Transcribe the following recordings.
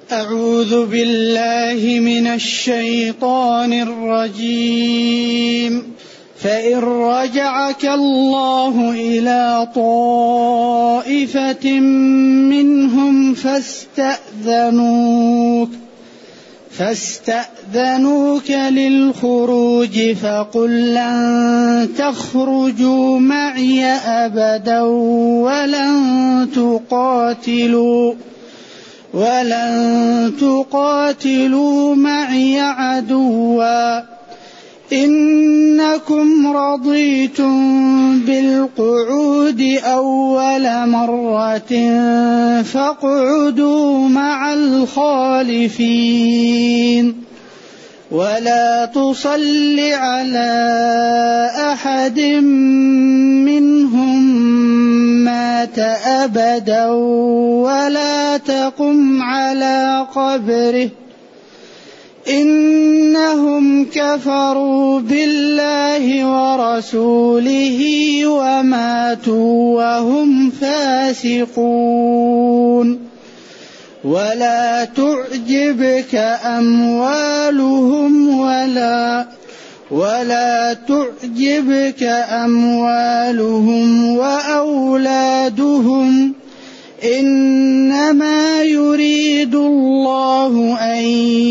أعوذ بالله من الشيطان الرجيم. فإن رجعك الله إلى طائفة منهم فاستأذنوك للخروج فقل لن تخرجوا معي أبدا ولن تقاتلوا معي عدوا إنكم رضيتم بالقعود أول مرة فاقعدوا مع الخالفين ولا تصل على أحد منهم مات أبدا ولا تقم على قبره إنهم كفروا بالله ورسوله وماتوا وهم فاسقون ولا تعجبك أموالهم وأولادهم إنما يريد الله أن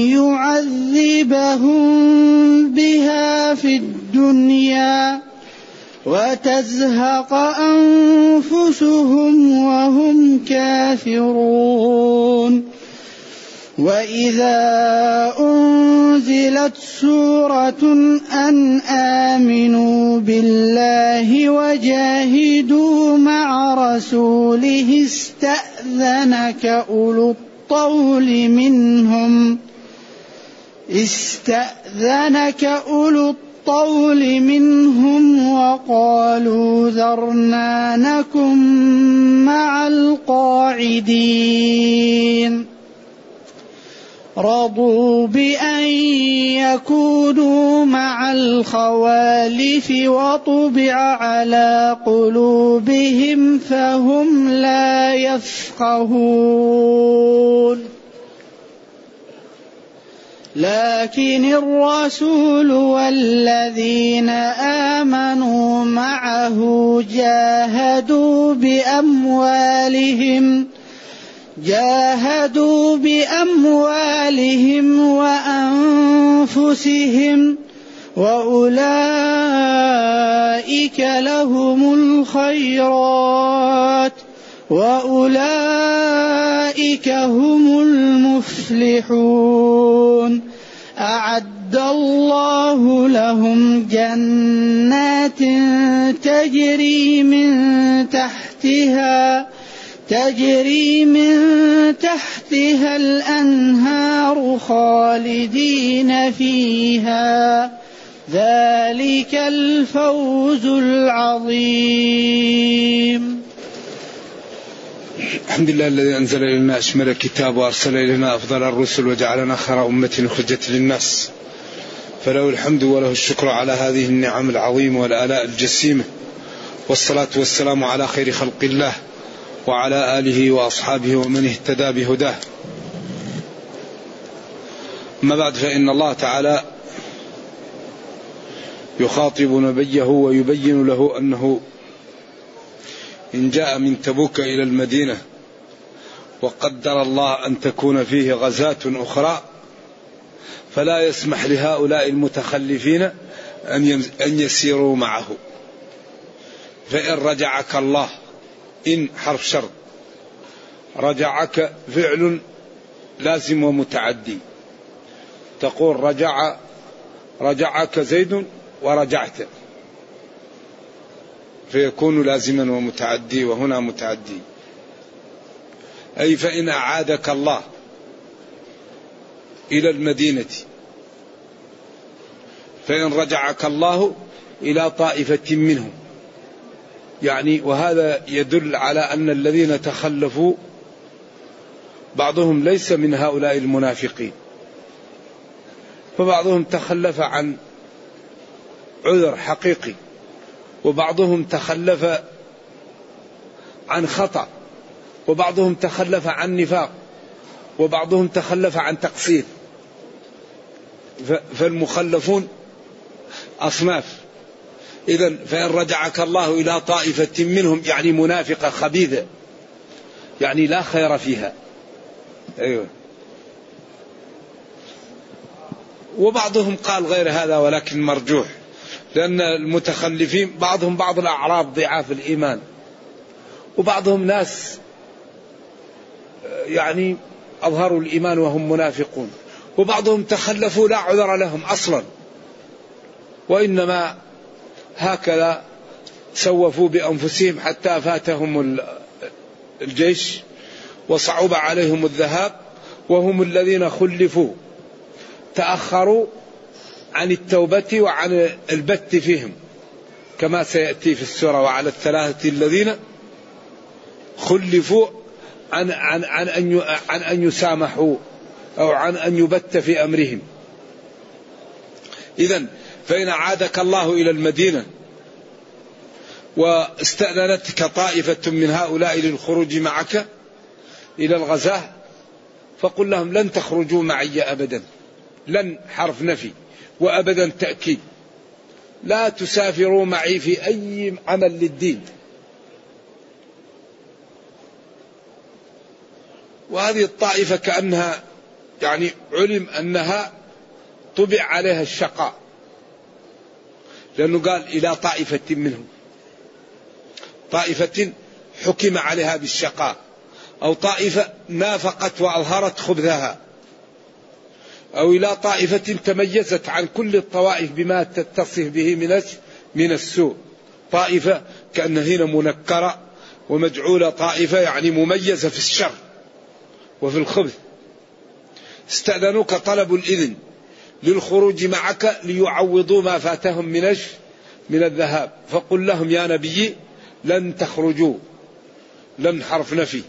يعذبهم بها في الدنيا وتزهق أنفسهم وهم كافرون وإذا أنزلت سورة أن آمنوا بالله وجاهدوا مع رسوله استأذنك أولو الطول منهم وقالوا ذرنا نكن مع القاعدين رضوا بأن يكونوا مع الخوالف وطبع على قلوبهم فهم لا يفقهون لكن الرسول والذين آمنوا معه جاهدوا بأموالهم وأنفسهم وأولئك لهم الخيرات وأولئك هم المفلحون أعد الله لهم جنات تجري من تحتها الأنهار خالدين فيها ذلك الفوز العظيم. الحمد لله الذي أنزل إلينا أشمل الكتاب وأرسل إلينا أفضل الرسل وجعلنا خير أمة أخرجت للناس فله الحمد وله الشكر على هذه النعم العظيمة والآلاء الجسيمة والصلاة والسلام على خير خلق الله وعلى آله وأصحابه ومن اهتدى بهداه. أما بعد فإن الله تعالى يخاطب نبيه ويبين له أنه إن جاء من تبوك إلى المدينة وقدر الله أن تكون فيه غزاة أخرى فلا يسمح لهؤلاء المتخلفين أن يسيروا معه. فإن رجعك الله، إن حرف شرط، رجعك فعل لازم ومتعدي، تقول رجعك زيد ورجعت، فيكون لازما ومتعدي، وهنا متعدي. أي فإن أعادك الله إلى المدينة، فإن رجعك الله إلى طائفة منهم، يعني وهذا يدل على أن الذين تخلفوا بعضهم ليس من هؤلاء المنافقين، فبعضهم تخلف عن عذر حقيقي، وبعضهم تخلف عن خطأ، وبعضهم تخلف عن نفاق، وبعضهم تخلف عن تقصير. فالمخلفون أصناف. إذن فإن رجعك الله إلى طائفة منهم يعني منافقة خبيثة يعني لا خير فيها. أيوة. وبعضهم قال غير هذا ولكن مرجوح، لأن المتخلفين بعضهم بعض الأعراض ضعاف الإيمان، وبعضهم ناس يعني أظهروا الإيمان وهم منافقون، وبعضهم تخلفوا لا عذر لهم أصلا، وإنما هكذا سوفوا بأنفسهم حتى فاتهم الجيش وصعب عليهم الذهاب، وهم الذين خلفوا تأخروا عن التوبة وعن البت فيهم كما سيأتي في السورة. وعلى الثلاثة الذين خلفوا عن أن يسامحوا أو عن أن يبت في أمرهم. إذن فإن عادك الله إلى المدينة واستأذنتك طائفة من هؤلاء للخروج معك إلى الغزاة فقل لهم لن تخرجوا معي أبدا. لن حرف نفي وأبدا تأكيد، لا تسافروا معي في أي عمل للدين. وهذه الطائفة كأنها يعني علم أنها طبع عليها الشقاء، لأنه قال إلى طائفة منهم، طائفة حكم عليها بالشقاء، أو طائفة نافقت وأظهرت خبثها، أو إلى طائفة تميزت عن كل الطوائف بما تتصف به من السوء. طائفة كأنها هنا منكرة ومجعولة، طائفة يعني مميزة في الشر وفي الخبث. استأذنوك طلبوا الإذن للخروج معك ليعوضوا ما فاتهم من الذهاب، فقل لهم يا نبي لن تخرجوا. لن حرف نفي،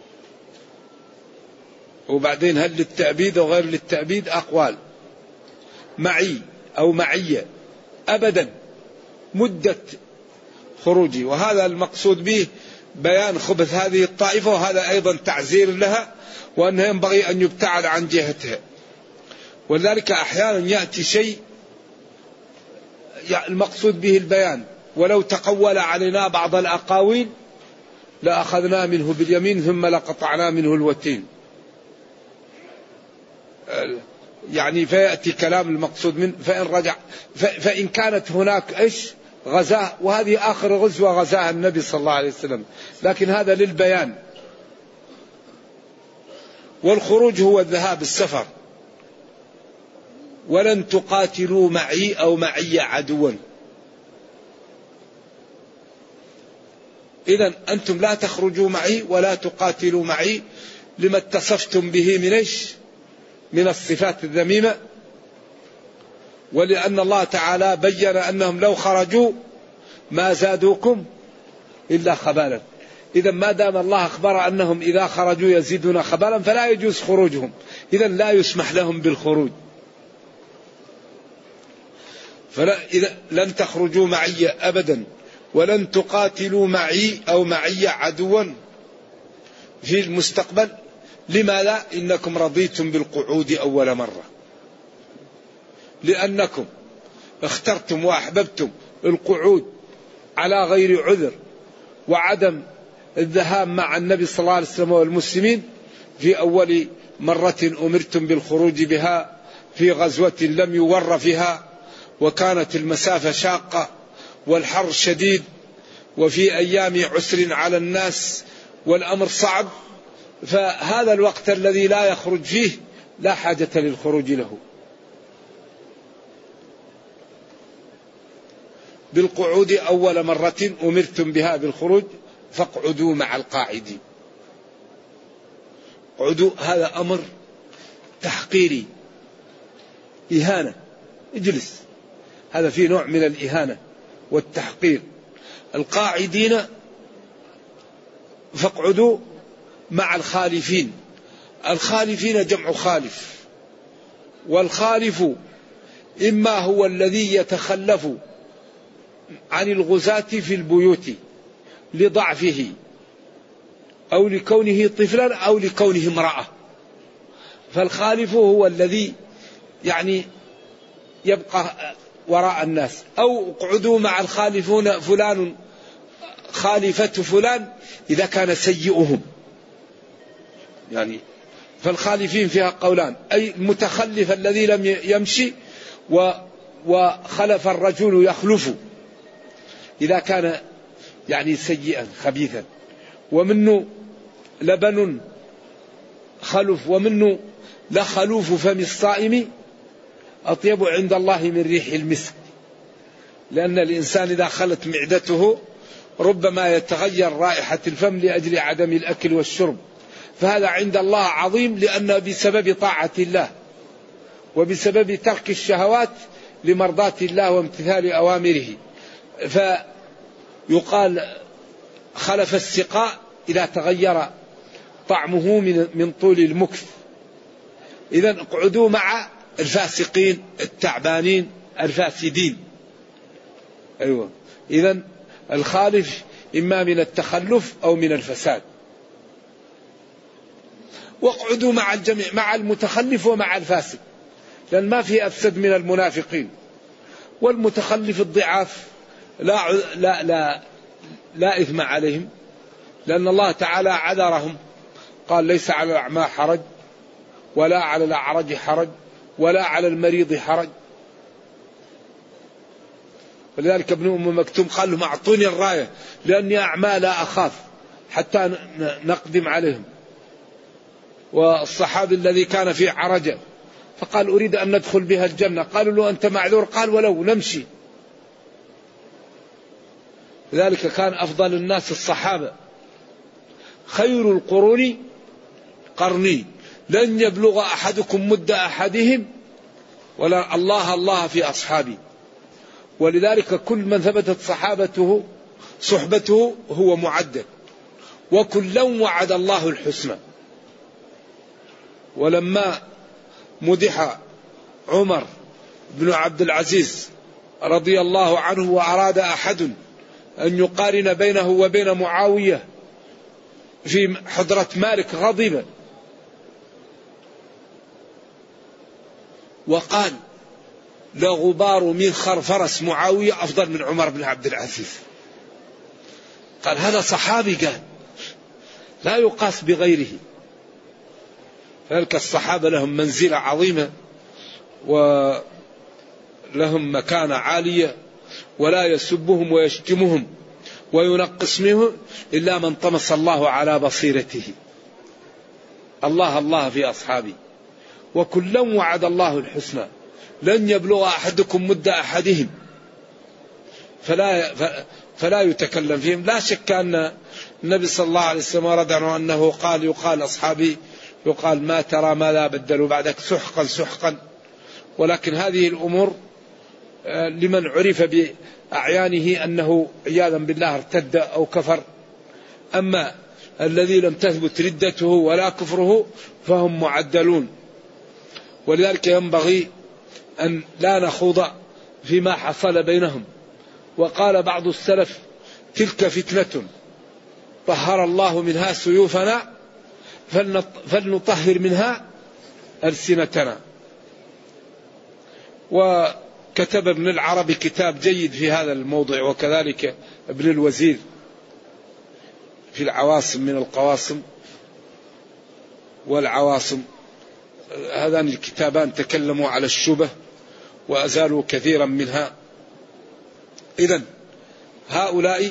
وبعدين هل للتأبيد وغير للتأبيد أقوال. معي أو معية أبدا مدة خروجي، وهذا المقصود به بيان خبث هذه الطائفة، وهذا أيضا تعزير لها وأنه ينبغي أن يبتعد عن جهتها. ولذلك أحيانا يأتي شيء المقصود به البيان، ولو تقول علينا بعض الأقاويل لأخذنا منه باليمين ثم لقطعنا منه الوتين. يعني فيأتي كلام المقصود منه فإن رجع فإن كانت هناك غزاة، وهذه آخر غزوة غزاها النبي صلى الله عليه وسلم، لكن هذا للبيان. والخروج هو الذهاب السفر. ولن تقاتلوا معي أو معي عدوا. إذن أنتم لا تخرجوا معي ولا تقاتلوا معي لما اتصفتم به من الصفات الذميمة، ولأن الله تعالى بين أنهم لو خرجوا ما زادوكم إلا خبالا. إذا ما دام الله أخبر أنهم إذا خرجوا يزيدون خبالا فلا يجوز خروجهم، إذا لا يسمح لهم بالخروج. إذا لن تخرجوا معي أبدا ولن تقاتلوا معي أو معي عدوا في المستقبل. لما لا؟ إنكم رضيتم بالقعود أول مرة، لأنكم اخترتم وأحببتم القعود على غير عذر وعدم الذهاب مع النبي صلى الله عليه وسلم والمسلمين في أول مرة أمرتم بالخروج بها في غزوة لم يور فيها، وكانت المسافة شاقة والحر شديد، وفي أيام عسر على الناس والأمر صعب. فهذا الوقت الذي لا يخرج فيه لا حاجة للخروج له. بالقعود أول مرة أمرتم بها بالخروج فاقعدوا مع القاعدين. قعدوا هذا أمر تحقيري، إهانة، اجلس، هذا فيه نوع من الإهانة والتحقير. القاعدين فاقعدوا مع الخالفين. الخالفين جمع خالف، والخالف إما هو الذي يتخلف عن الغزاة في البيوت لضعفه أو لكونه طفلا أو لكونه امرأة، فالخالف هو الذي يعني يبقى وراء الناس. أو اقعدوا مع الخالفون فلان خالفة فلان إذا كان سيئهم، يعني فالخالفين فيها قولان، أي المتخلف الذي لم يمشي، وخلف الرجل يخلف إذا كان يعني سيئا خبيثا. ومنه لبن خلف، ومنه لخلوف فم الصائم أطيب عند الله من ريح المسك، لأن الإنسان إذا خلت معدته ربما يتغير رائحة الفم لأجل عدم الأكل والشرب، فهذا عند الله عظيم، لأنه بسبب طاعة الله وبسبب ترك الشهوات لمرضاة الله وامتثال أوامره. فيقال خلف السقاء إذا تغير طعمه من طول المكث. إذا اقعدوا مع الفاسقين التعبانين الفاسدين. أيوة. إذا الخالف إما من التخلف أو من الفساد. واقعدوا مع الجميع، مع المتخلف ومع الفاسد، لأن ما في أفسد من المنافقين. والمتخلف الضعاف لا إثم عليهم، لأن الله تعالى عذرهم، قال ليس على الأعمى حرج ولا على الأعرج حرج ولا على المريض حرج. ولذلك ابن أم مكتوم قال لهم أعطوني الراية لأني أعمى لا أخاف حتى نقدم عليهم. والصحابي الذي كان في عرجة فقال أريد أن ندخل بها الجنة، قالوا له أنت معذور، قال ولو نمشي. لذلك كان أفضل الناس الصحابة، خير القرون قرني، لن يبلغ أحدكم مد أحدهم ولا الله في أصحابي. ولذلك كل من ثبتت صحبته هو معدد، وكلا وعد الله الحسنى. ولما مدح عمر بن عبد العزيز رضي الله عنه وأراد أحد أن يقارن بينه وبين معاوية في حضرة مالك غضب وقال لغبار من خرفرس معاوية أفضل من عمر بن عبد العزيز. قال هذا صحابي، قال لا يقاس بغيره. فذلك الصحابة لهم منزلة عظيمة ولهم مكانة عالية، ولا يسبهم ويشتمهم وينقص منهم إلا من طمس الله على بصيرته. الله في أصحابي، وكلا وعد الله الحسنى، لن يبلغ أحدكم مد أحدهم، فلا يتكلم فيهم. لا شك أن النبي صلى الله عليه وسلم ورد عنه أنه قال يقال أصحابي يقال ما ترى ماذا بدلوا بعدك سحقا. ولكن هذه الأمور لمن عرف بأعيانه أنه عياذا بالله ارتد أو كفر. أما الذي لم تثبت ردته ولا كفره فهم معدلون. ولذلك ينبغي أن لا نخوض فيما حصل بينهم. وقال بعض السلف تلك فتنة طهر الله منها سيوفنا فلنطهر منها ألسنتنا. وكتب ابن العربي كتاب جيد في هذا الموضوع، وكذلك ابن الوزير في العواصم من القواصم والعواصم. هذان الكتابان تكلموا على الشبه وأزالوا كثيرا منها. إذن هؤلاء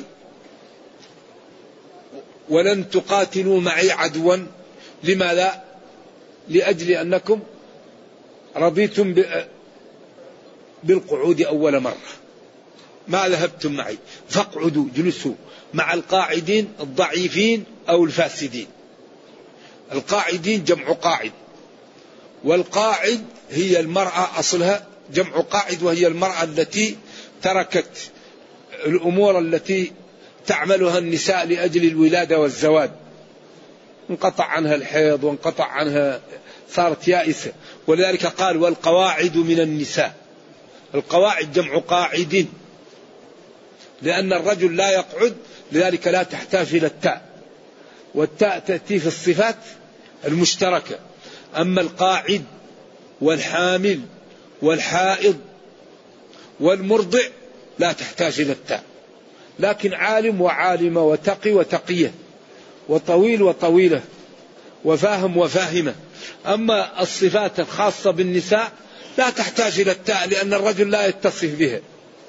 ولن تقاتلوا معي عدوا. لماذا؟ لأجل أنكم رضيتم بالقعود أول مرة، ما ذهبتم معي، فاقعدوا جلسوا مع القاعدين الضعيفين أو الفاسدين. القاعدين جمع قاعد، والقاعد هي المرأة أصلها جمع قاعد، وهي المرأة التي تركت الأمور التي تعملها النساء لأجل الولادة والزواج، انقطع عنها الحيض وانقطع عنها، صارت يائسة. ولذلك قال والقواعد من النساء. القواعد جمع قاعد، لأن الرجل لا يقعد، لذلك لا تحتاج إلى التاء، والتاء تأتي في الصفات المشتركة. أما القاعد والحامل والحائض والمرضع لا تحتاج إلى التاء، لكن عالم وعالمة وتقي وتقية وطويل وطويلة وفاهم وفاهمة. أما الصفات الخاصة بالنساء لا تحتاج إلى التاء لأن الرجل لا يتصف بها.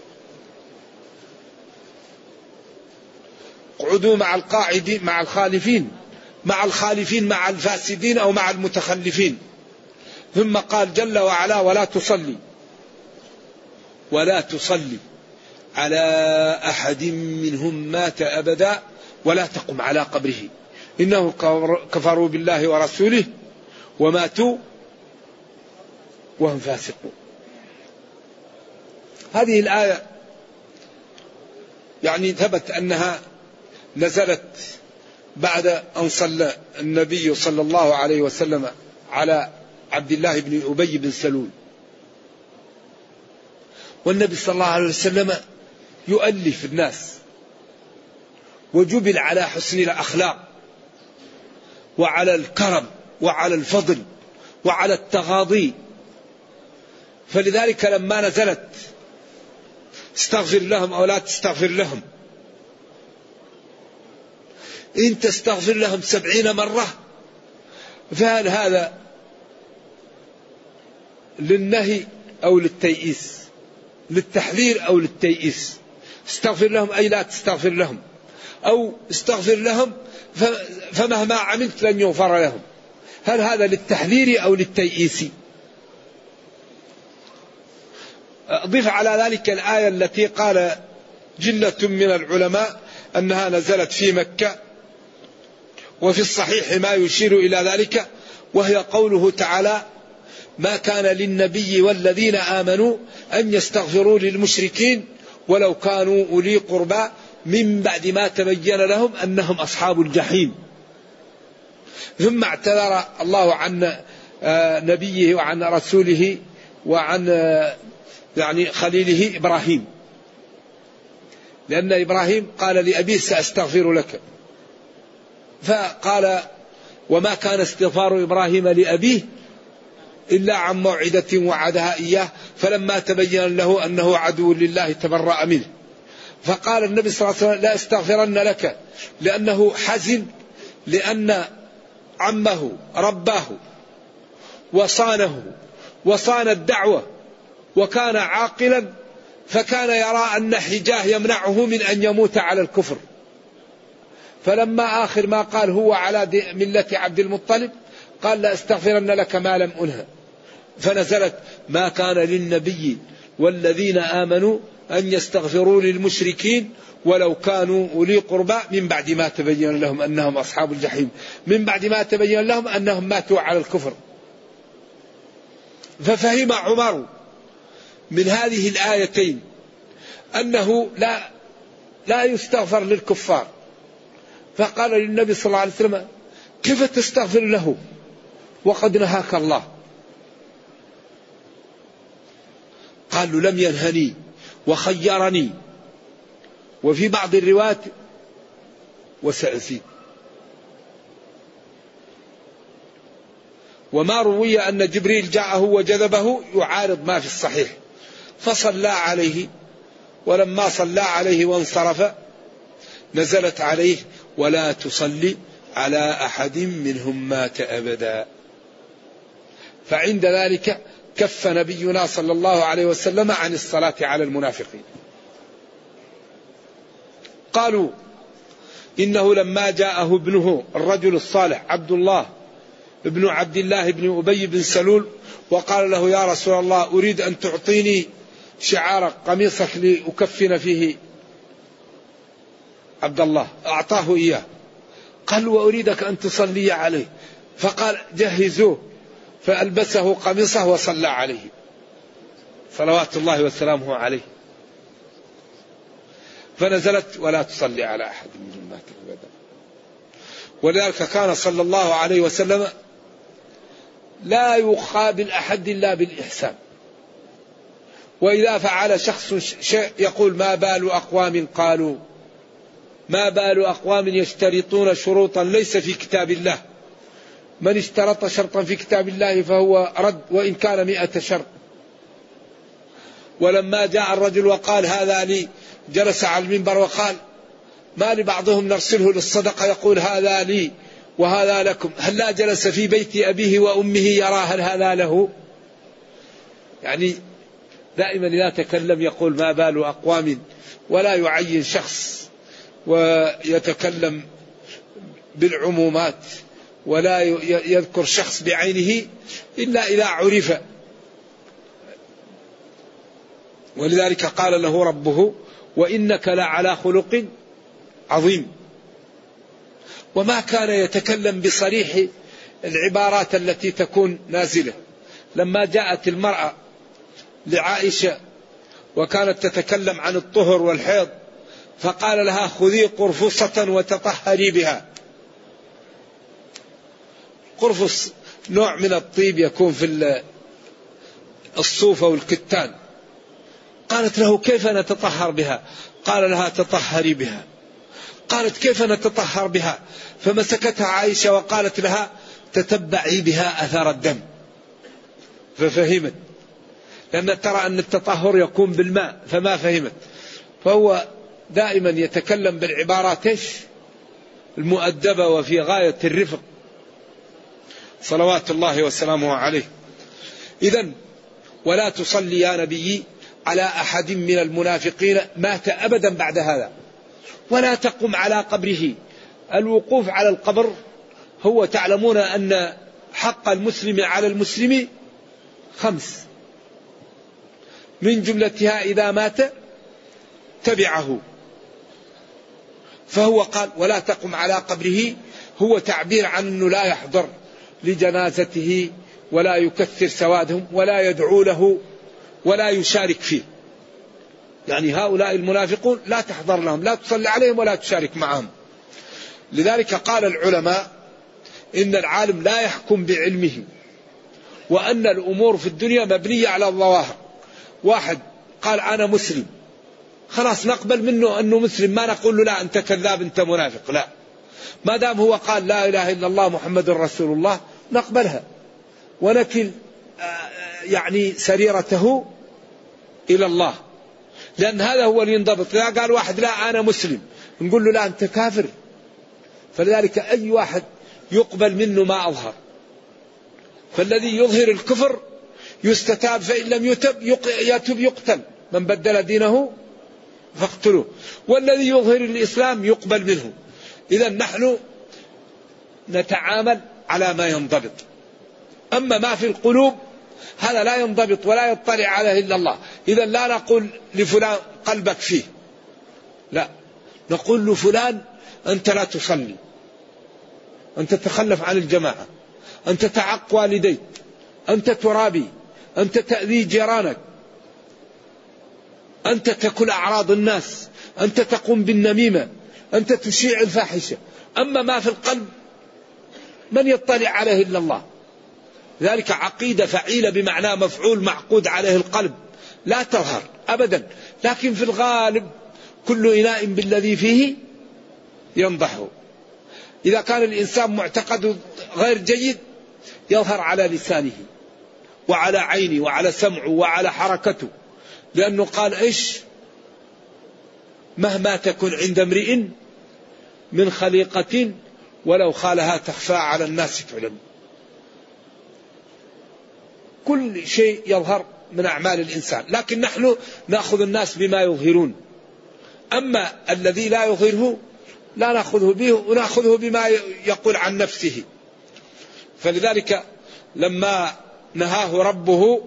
اقعدوا مع القاعدين مع الخالفين، مع الخالفين مع الفاسدين أو مع المتخلفين. ثم قال جل وعلا ولا تصلي على أحد منهم مات أبدا ولا تقم على قبره إنه كفروا بالله ورسوله وماتوا وهم فاسقون. هذه الآية يعني ثبت أنها نزلت بعد أن صلى النبي صلى الله عليه وسلم على عبد الله بن أبي بن سلول، والنبي صلى الله عليه وسلم يؤلف الناس وجبل على حسن الأخلاق وعلى الكرم وعلى الفضل وعلى التغاضي. فلذلك لما نزلت استغفر لهم أو لا تستغفر لهم، إن تستغفر لهم 70 مرة فهل هذا للنهي أو للتيئيس، للتحذير أو للتيئيس؟ استغفر لهم أي لا تستغفر لهم، أو استغفر لهم فمهما عملت لن يغفر لهم. هل هذا للتحذير أو للتيئيس؟ أضيف على ذلك الآية التي قال جلة من العلماء أنها نزلت في مكة، وفي الصحيح ما يشير إلى ذلك، وهي قوله تعالى ما كان للنبي والذين آمنوا أن يستغفروا للمشركين ولو كانوا أولي قربى من بعد ما تبين لهم أنهم أصحاب الجحيم. ثم اعتذر الله عن نبيه وعن رسوله وعن يعني خليله إبراهيم، لأن إبراهيم قال لأبيه سأستغفر لك، فقال وما كان استغفار إبراهيم لأبيه إلا عن موعدة وعدها إياه فلما تبين له أنه عدو لله تبرأ منه. فقال النبي صلى الله عليه وسلم لا استغفرن لك، لأنه حزن لأن عمه رباه وصانه وصان الدعوة وكان عاقلا، فكان يرى أن حجاه يمنعه من أن يموت على الكفر. فلما آخر ما قال هو على ملة عبد المطلب قال لا استغفرن لك ما لم أنهى، فنزلت ما كان للنبي والذين آمنوا أن يستغفروا للمشركين ولو كانوا أولي قربى من بعد ما تبين لهم أنهم أصحاب الجحيم، من بعد ما تبين لهم أنهم ماتوا على الكفر. ففهم عمر من هذه الآيتين أنه لا يستغفر للكفار، فقال للنبي صلى الله عليه وسلم كيف تستغفر له وقد نهاك الله؟ قال لم ينهني وخيرني، وفي بعض الروايات وسأزيد. وما روي أن جبريل جاءه وجذبه يعارض ما في الصحيح، فصلى عليه، ولما صلى عليه وانصرف نزلت عليه ولا تصلي على أحد منهم مات أبدا. فعند ذلك كف نبينا صلى الله عليه وسلم عن الصلاة على المنافقين. قالوا إنه لما جاءه ابنه الرجل الصالح عبد الله ابن عبد الله بن أبي بن سلول وقال له يا رسول الله أريد أن تعطيني شعار قميصك لأكفن فيه عبد الله، أعطاه إياه. قال وأريدك أن تصلي عليه، فقال جهزوه، فألبسه قميصه وصلى عليه صلوات الله وسلامه عليه. فنزلت ولا تصلي على أحد منهم مات أبدا. ولذلك كان صلى الله عليه وسلم لا يقابل أحد إلا بالإحسان، وإذا فعل شخص شيء يقول ما بال أقوام قالوا، ما بال أقوام يشترطون شروطا ليس في كتاب الله من اشترط شرطا في كتاب الله فهو رد وإن كان 100 شرط. ولما جاء الرجل وقال هذا لي، جلس على المنبر وقال ما لبعضهم نرسله للصدقة يقول هذا لي وهذا لكم، هل لا جلس في بيت أبيه وأمه يرى هل هذا له؟ يعني دائما إذا تكلم يقول ما بال أقوام، ولا يعين شخص ويتكلم بالعمومات ولا يذكر شخص بعينه إلا إذا عرف. ولذلك قال له ربه وإنك لعلى خلق عظيم. وما كان يتكلم بصريح العبارات التي تكون نازلة. لما جاءت المرأة لعائشة وكانت تتكلم عن الطهر والحيض فقال لها خذي قرفصة وتطهري بها. قرفص نوع من الطيب يكون في الصوف والكتان. قالت له كيف نتطهر بها؟ قال لها تطهري بها. قالت كيف نتطهر بها؟ فمسكتها عائشة وقالت لها تتبعي بها أثر الدم. ففهمت، لأن ترى أن التطهر يكون بالماء فما فهمت. فهو دائما يتكلم بالعبارات المؤدبة وفي غاية الرفق صلوات الله وسلامه عليه. إذن ولا تصلي يا نبي على أحد من المنافقين مات أبدا بعد هذا، ولا تقم على قبره. الوقوف على القبر هو تعلمون أن حق المسلم على المسلم 5 من جملتها إذا مات تبعه. فهو قال ولا تقم على قبره، هو تعبير عن أنه لا يحضر لجنازته ولا يكثر سوادهم ولا يدعو له ولا يشارك فيه. يعني هؤلاء المنافقون لا تحضر لهم، لا تصلي عليهم ولا تشارك معهم. لذلك قال العلماء إن العالم لا يحكم بعلمه، وأن الأمور في الدنيا مبنية على الظواهر. واحد قال أنا مسلم، خلاص نقبل منه أنه مسلم، ما نقول له لا أنت كذاب أنت منافق، لا. ما دام هو قال لا إله إلا الله محمد رسول الله نقبلها ونكل يعني سريرته إلى الله، لأن هذا هو اللي ينضبط. إذا قال واحد لا أنا مسلم نقول له لا أنت كافر. فلذلك أي واحد يقبل منه ما أظهر. فالذي يظهر الكفر يستتاب، فإن لم يتب يقتل، من بدل دينه فاقتلوه. والذي يظهر الإسلام يقبل منه. إذا نحن نتعامل على ما ينضبط. أما ما في القلوب هذا لا ينضبط ولا يطلع عليه إلا الله. إذا لا نقول لفلان قلبك فيه، لا، نقول له فلان أنت لا تصلي، أنت تتخلف عن الجماعة، أنت تعق والديك، أنت ترابي، أنت تأذي جيرانك، أنت تأكل أعراض الناس، أنت تقوم بالنميمة، أنت تشيع الفاحشة. أما ما في القلب من يطلع عليه إلا الله. ذلك عقيدة فعيلة بمعنى مفعول معقود عليه القلب، لا تظهر أبدا، لكن في الغالب كل إناء بالذي فيه ينضحه. إذا كان الإنسان معتقد غير جيد يظهر على لسانه وعلى عينه وعلى سمعه وعلى حركته، لأنه قال إيش؟ مهما تكن عند امرئ من خليقة ولو خالها تخفى على الناس تعلم. كل شيء يظهر من أعمال الإنسان، لكن نحن نأخذ الناس بما يظهرون. أما الذي لا يظهره لا نأخذه به، ونأخذه بما يقول عن نفسه. فلذلك لما نهاه ربه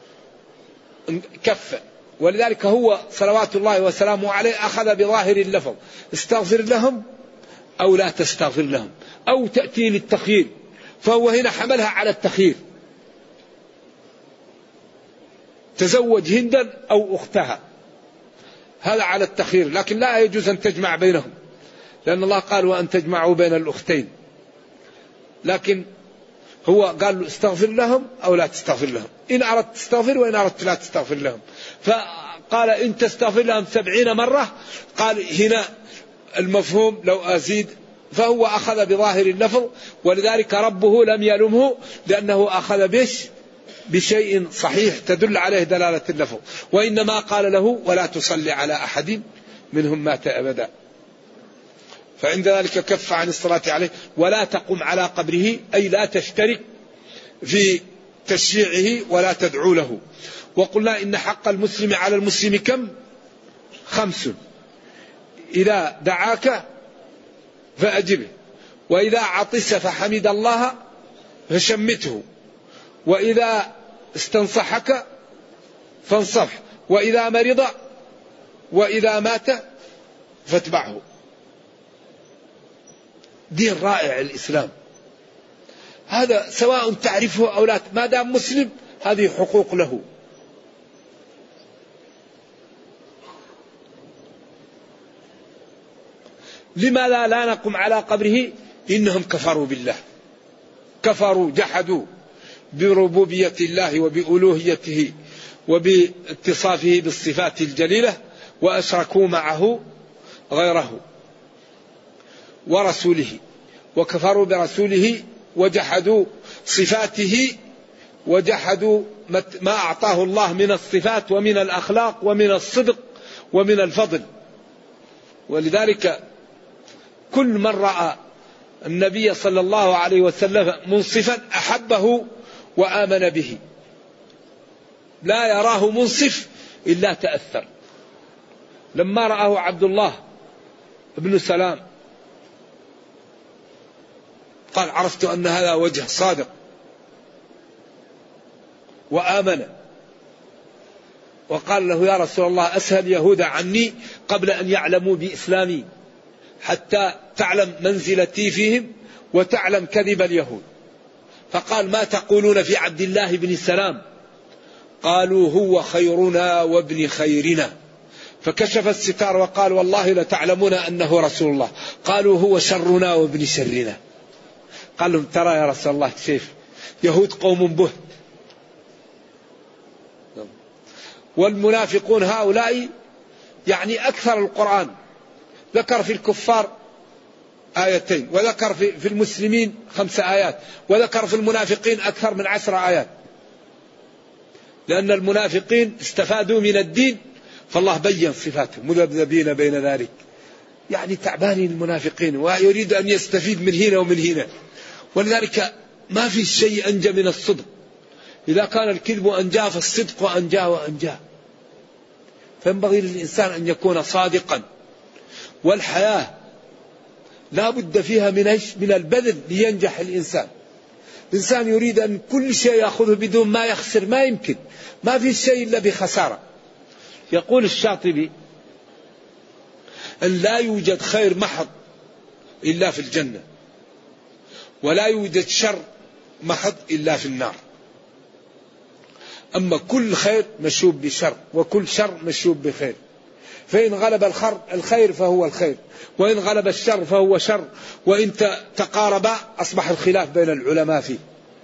كف. ولذلك هو صلوات الله وسلامه عليه أخذ بظاهر اللفظ، استغفر لهم أو لا تستغفر لهم أو تأتي للتخيير. فهو هنا حملها على التخيير، تزوج هندا أو أختها، هذا على التخيير، لكن لا يجوز أن تجمع بينهم، لأن الله قال وأن تجمعوا بين الأختين. لكن هو قال له استغفر لهم أو لا تستغفر لهم، إن أردت تستغفر وإن أردت لا تستغفر لهم. فقال إن تستغفر لهم 70 مرة، قال هنا المفهوم لو أزيد فهو أخذ بظاهر اللفظ، ولذلك ربه لم يلمه لأنه أخذ بشيء صحيح تدل عليه دلالة اللفظ، وإنما قال له ولا تصلي على أحد منهم مات أبدا. فعند ذلك كف عن الصلاة عليه. ولا تقم على قبره، أي لا تشترك في تشييعه ولا تدعو له. وقلنا إن حق المسلم على المسلم كم؟ 5: إذا دعاك فأجبه، وإذا عطس فحمد الله فشمته، وإذا استنصحك فانصح، وإذا مرض وإذا مات فاتبعه. دين رائع الإسلام هذا، سواء تعرفه أو لا، ما دام مسلم هذه حقوق له. لماذا لا نقم على قبره؟ إنهم كفروا بالله، كفروا جحدوا بربوبية الله وبألوهيته وباتصافه بالصفات الجليلة، وأشركوا معه غيره ورسوله، وكفروا برسوله وجحدوا صفاته وجحدوا ما أعطاه الله من الصفات ومن الأخلاق ومن الصدق ومن الفضل. ولذلك كل من رأى النبي صلى الله عليه وسلم منصفا أحبه وآمن به، لا يراه منصف إلا تأثر. لما رآه عبد الله بن سلام قال عرفت أن هذا وجه صادق وآمن، وقال له يا رسول الله أسهل يهود عني قبل أن يعلموا بإسلامي حتى تعلم منزلتي فيهم وتعلم كذب اليهود. فقال ما تقولون في عبد الله بن سلام؟ قالوا هو خيرنا وابن خيرنا. فكشف الستار وقال والله لتعلمون أنه رسول الله. قالوا هو شرنا وابن شرنا. قال لهم ترى يا رسول الله كيف يهود قوم به. والمنافقون هؤلاء يعني أكثر القرآن ذكر في الكفار 2 وذكر في المسلمين 5 آيات، وذكر في المنافقين أكثر من 10 آيات، لأن المنافقين استفادوا من الدين فالله بين صفاتهم مذبذبين بين ذلك، يعني تعبانين المنافقين ويريد أن يستفيد من هنا ومن هنا. ولذلك ما في شيء أنجى من الصدق، إذا كان الكذب أنجى فالصدق أنجى وأنجى. فينبغي للإنسان أن يكون صادقا، والحياة لا بد فيها من البذل لينجح الإنسان. الإنسان يريد أن كل شيء يأخذه بدون ما يخسر، ما يمكن، ما في شيء إلا بخسارة. يقول الشاطبي أن لا يوجد خير محض إلا في الجنة، ولا يوجد شر محض إلا في النار. أما كل خير مشوب بشر، وكل شر مشوب بخير، فإن غلب الخير فهو الخير، وإن غلب الشر فهو شر، وإن تقاربا أصبح الخلاف بين العلماء فيه.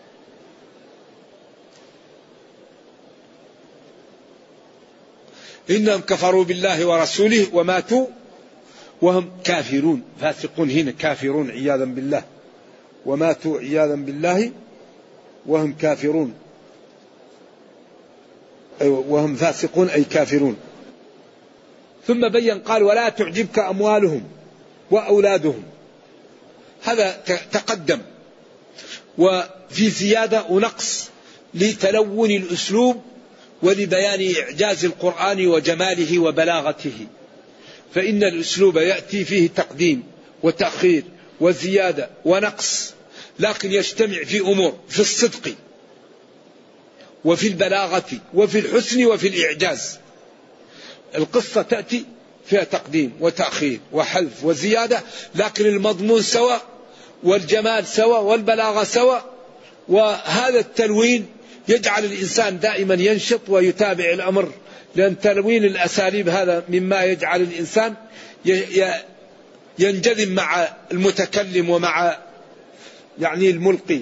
إنهم كفروا بالله ورسوله وماتوا وهم كافرون. فاسقون هنا كافرون عياذا بالله، وماتوا عياذا بالله وهم كافرون، وهم فاسقون أي كافرون. ثم بين قال ولا تعجبك أموالهم وأولادهم، هذا تقدم، وفي زيادة ونقص لتلون الأسلوب ولبيان إعجاز القرآن وجماله وبلاغته. فإن الأسلوب يأتي فيه تقديم وتأخير وزيادة ونقص، لكن يجتمع في أمور، في الصدق وفي البلاغة وفي الحسن وفي الإعجاز. القصة تأتي فيها تقديم وتأخير وحذف وزيادة، لكن المضمون سواء والجمال سواء والبلاغة سواء. وهذا التلوين يجعل الإنسان دائما ينشط ويتابع الأمر، لأن تلوين الأساليب هذا مما يجعل الإنسان ينجذب مع المتكلم ومع يعني الملقي.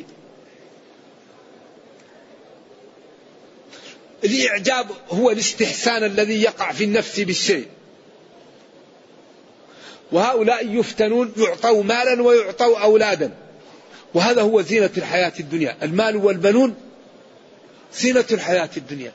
الإعجاب هو الاستحسان الذي يقع في النفس بالشيء، وهؤلاء يفتنون، يعطوا مالا ويعطوا أولادا، وهذا هو زينة الحياة الدنيا. المال والبنون زينة الحياة الدنيا،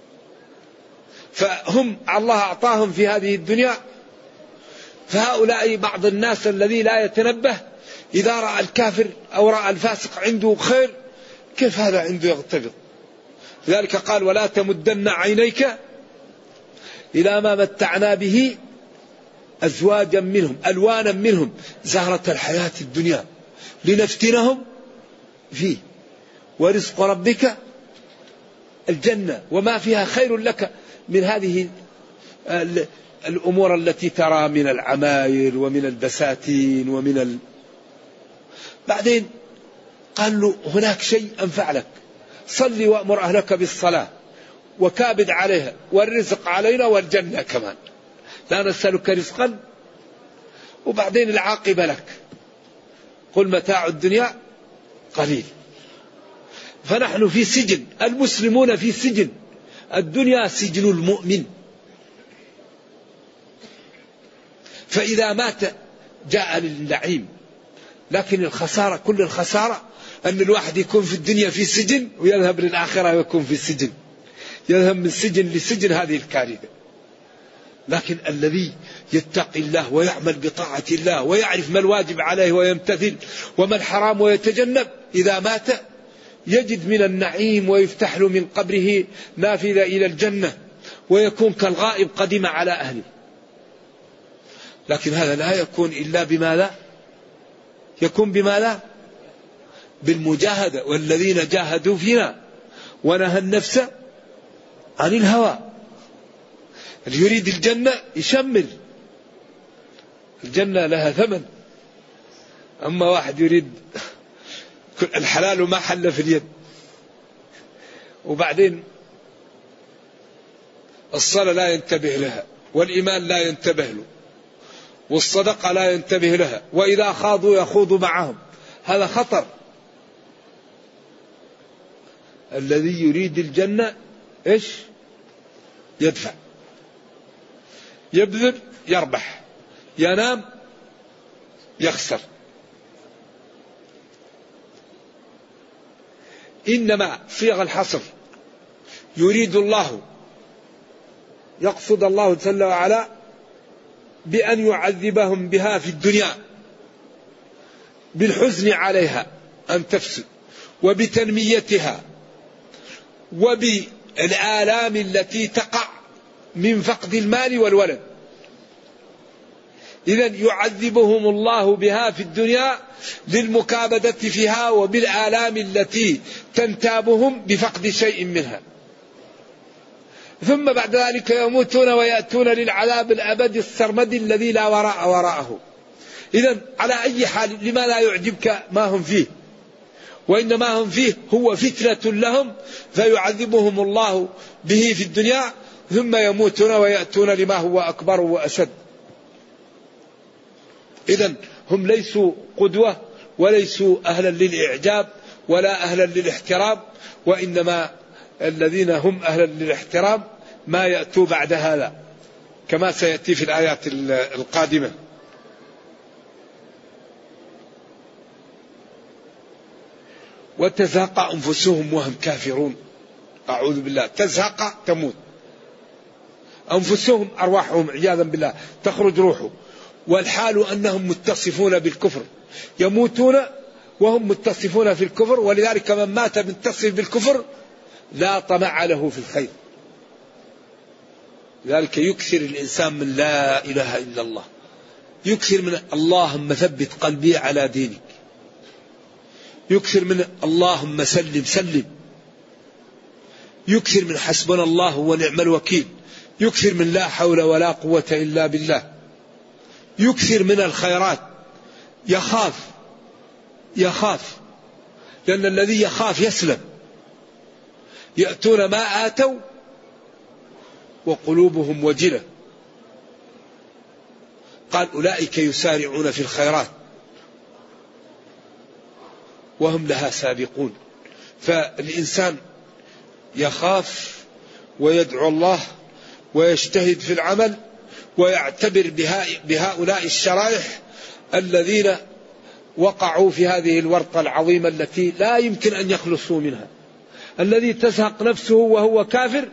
فهم الله أعطاهم في هذه الدنيا. فهؤلاء بعض الناس الذي لا يتنبه إذا رأى الكافر أو رأى الفاسق عنده خير كيف هذا عنده يغتبط. لذلك قال ولا تمدن عينيك إلى ما متعنا به أزواجا منهم ألوانا منهم زهرة الحياة الدنيا لنفتنهم فيه ورزق ربك الجنة وما فيها خير لك من هذه الأمور التي ترى من العماير ومن البساتين بعدين قال له هناك شيء أنفع لك، صلي وأمر أهلك بالصلاة وكابد عليها والرزق علينا والجنة كمان، لا نسألك رزقا وبعدين العاقبة لك، قل متاع الدنيا قليل. فنحن في سجن، المسلمون في سجن، الدنيا سجن المؤمن. فإذا مات جاء للنعيم، لكن الخسارة كل الخسارة أن الواحد يكون في الدنيا في سجن ويذهب للآخرة ويكون في السجن، يذهب من سجن لسجن، هذه الكارثة. لكن الذي يتقي الله ويعمل بطاعة الله ويعرف ما الواجب عليه ويمتثل وما الحرام ويتجنب، إذا مات يجد من النعيم ويفتح له من قبره نافذة إلى الجنة ويكون كالغائب قدم على أهله. لكن هذا لا يكون إلا بماذا؟ يكون بماذا؟ بالمجاهدة، والذين جاهدوا فينا ونهى النفس عن الهوى. اللي يريد الجنة يشمل الجنة، لها ثمن. أما واحد يريد الحلال وما حل في اليد، وبعدين الصلاة لا ينتبه لها، والإيمان لا ينتبه له، والصدقة لا ينتبه لها، وإذا خاضوا يخوض معهم، هذا خطر. الذي يريد الجنة إيش؟ يدفع، يبذل يربح، ينام يخسر. إنما صيغ الحصر يريد الله، يقصد الله جل وعلا بأن يعذبهم بها في الدنيا بالحزن عليها أن تفسد، وبتنميتها، وبالآلام التي تقع من فقد المال والولد. إذن يعذبهم الله بها في الدنيا للمكابدة فيها وبالآلام التي تنتابهم بفقد شيء منها، ثم بعد ذلك يموتون ويأتون للعذاب الأبدي السرمدي الذي لا وراء وراءه. إذن على أي حال لما لا يعجبك ما هم فيه، وإنما هم فيه هو فتنة لهم فيعذبهم الله به في الدنيا ثم يموتون ويأتون لما هو أكبر وأشد. إذن هم ليسوا قدوة وليسوا أهلا للإعجاب ولا أهلا للاحترام، وإنما الذين هم أهلا للاحترام ما يأتوا بعد هذا كما سيأتي في الآيات القادمة. وتزهق أنفسهم وهم كافرون، أعوذ بالله. تزهق تموت، أنفسهم أرواحهم عياذا بالله تخرج روحه، والحال أنهم متصفون بالكفر، يموتون وهم متصفون في الكفر. ولذلك من مات متصف بالكفر لا طمع له في الخير. لذلك يكثر الإنسان من لا إله إلا الله، يكثر من اللهم ثبت قلبي على دينك، يكثر من اللهم سلم سلم، يكثر من حسبنا الله ونعم الوكيل، يكثر من لا حول ولا قوة إلا بالله، يكثر من الخيرات، يخاف لأن الذي يخاف يسلم. يأتون ما آتوا وقلوبهم وجلة، قال أولئك يسارعون في الخيرات وهم لها سابقون. فالإنسان يخاف ويدعو الله ويجتهد في العمل ويعتبر بهؤلاء الشرائح الذين وقعوا في هذه الورطة العظيمة التي لا يمكن أن يخلصوا منها. الذي تزهق نفسه وهو كافر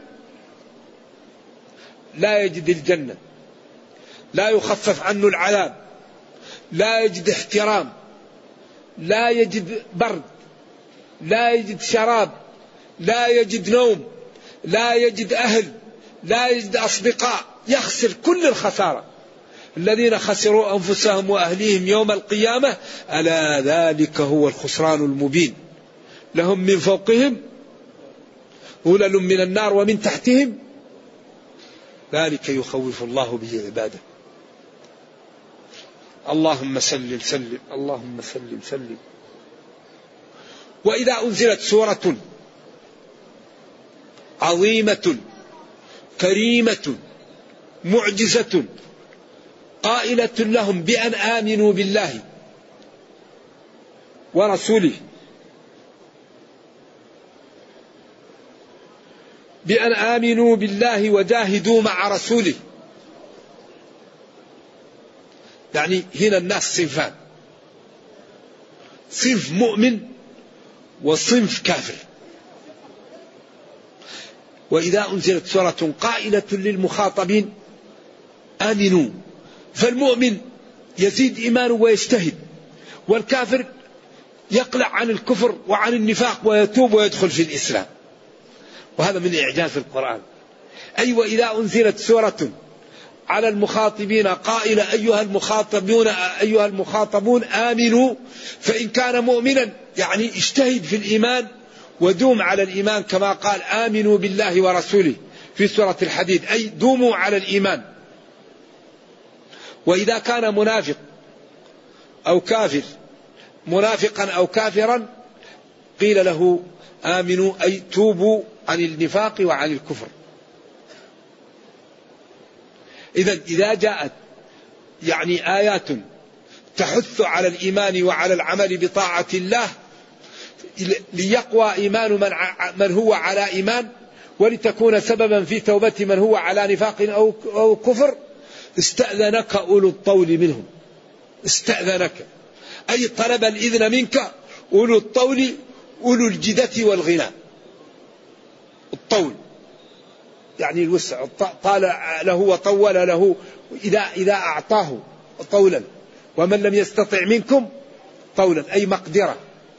لا يجد الجنة، لا يخفف عنه العذاب، لا يجد احترام، لا يجد برد، لا يجد شراب، لا يجد نوم، لا يجد أهل، لا يجد أصدقاء، يخسر كل الخسارة. الذين خسروا أنفسهم وأهليهم يوم القيامة ألا ذلك هو الخسران المبين. لهم من فوقهم ظلل من النار ومن تحتهم ذلك يخوف الله به عباده. اللهم سلم سلم، اللهم سلم سلم. وإذا أنزلت سورة عظيمة كريمة معجزة قائلة لهم بأن آمنوا بالله ورسوله، بأن آمنوا بالله وجاهدوا مع رسوله. يعني هنا الناس صنفان، صنف مؤمن وصنف كافر. وإذا أنزلت سورة قائلة للمخاطبين آمنوا، فالمؤمن يزيد إيمانه ويجتهد، والكافر يقلع عن الكفر وعن النفاق ويتوب ويدخل في الإسلام. وهذا من إعجاز القرآن. أي وإذا أنزلت سورة على المخاطبين قائل أيها المخاطبون آمنوا، فإن كان مؤمنا يعني اجتهد في الإيمان ودوم على الإيمان كما قال آمنوا بالله ورسوله في سورة الحديد، أي دوموا على الإيمان. وإذا كان منافق أو كافر، منافقا أو كافرا، قيل له آمنوا أي توبوا عن النفاق وعن الكفر. إذا جاءت يعني آيات تحث على الإيمان وعلى العمل بطاعة الله ليقوى إيمان من هو على إيمان، ولتكون سببا في توبة من هو على نفاق أو كفر، استأذنك أولو الطول منهم. استأذنك أي طلب الإذن منك أولو الطول، أولو الجدة والغنى. الطول يعني الوسع، طال له وطول له إذا أعطاه طولا، ومن لم يستطع منكم طولا أي مقدرة.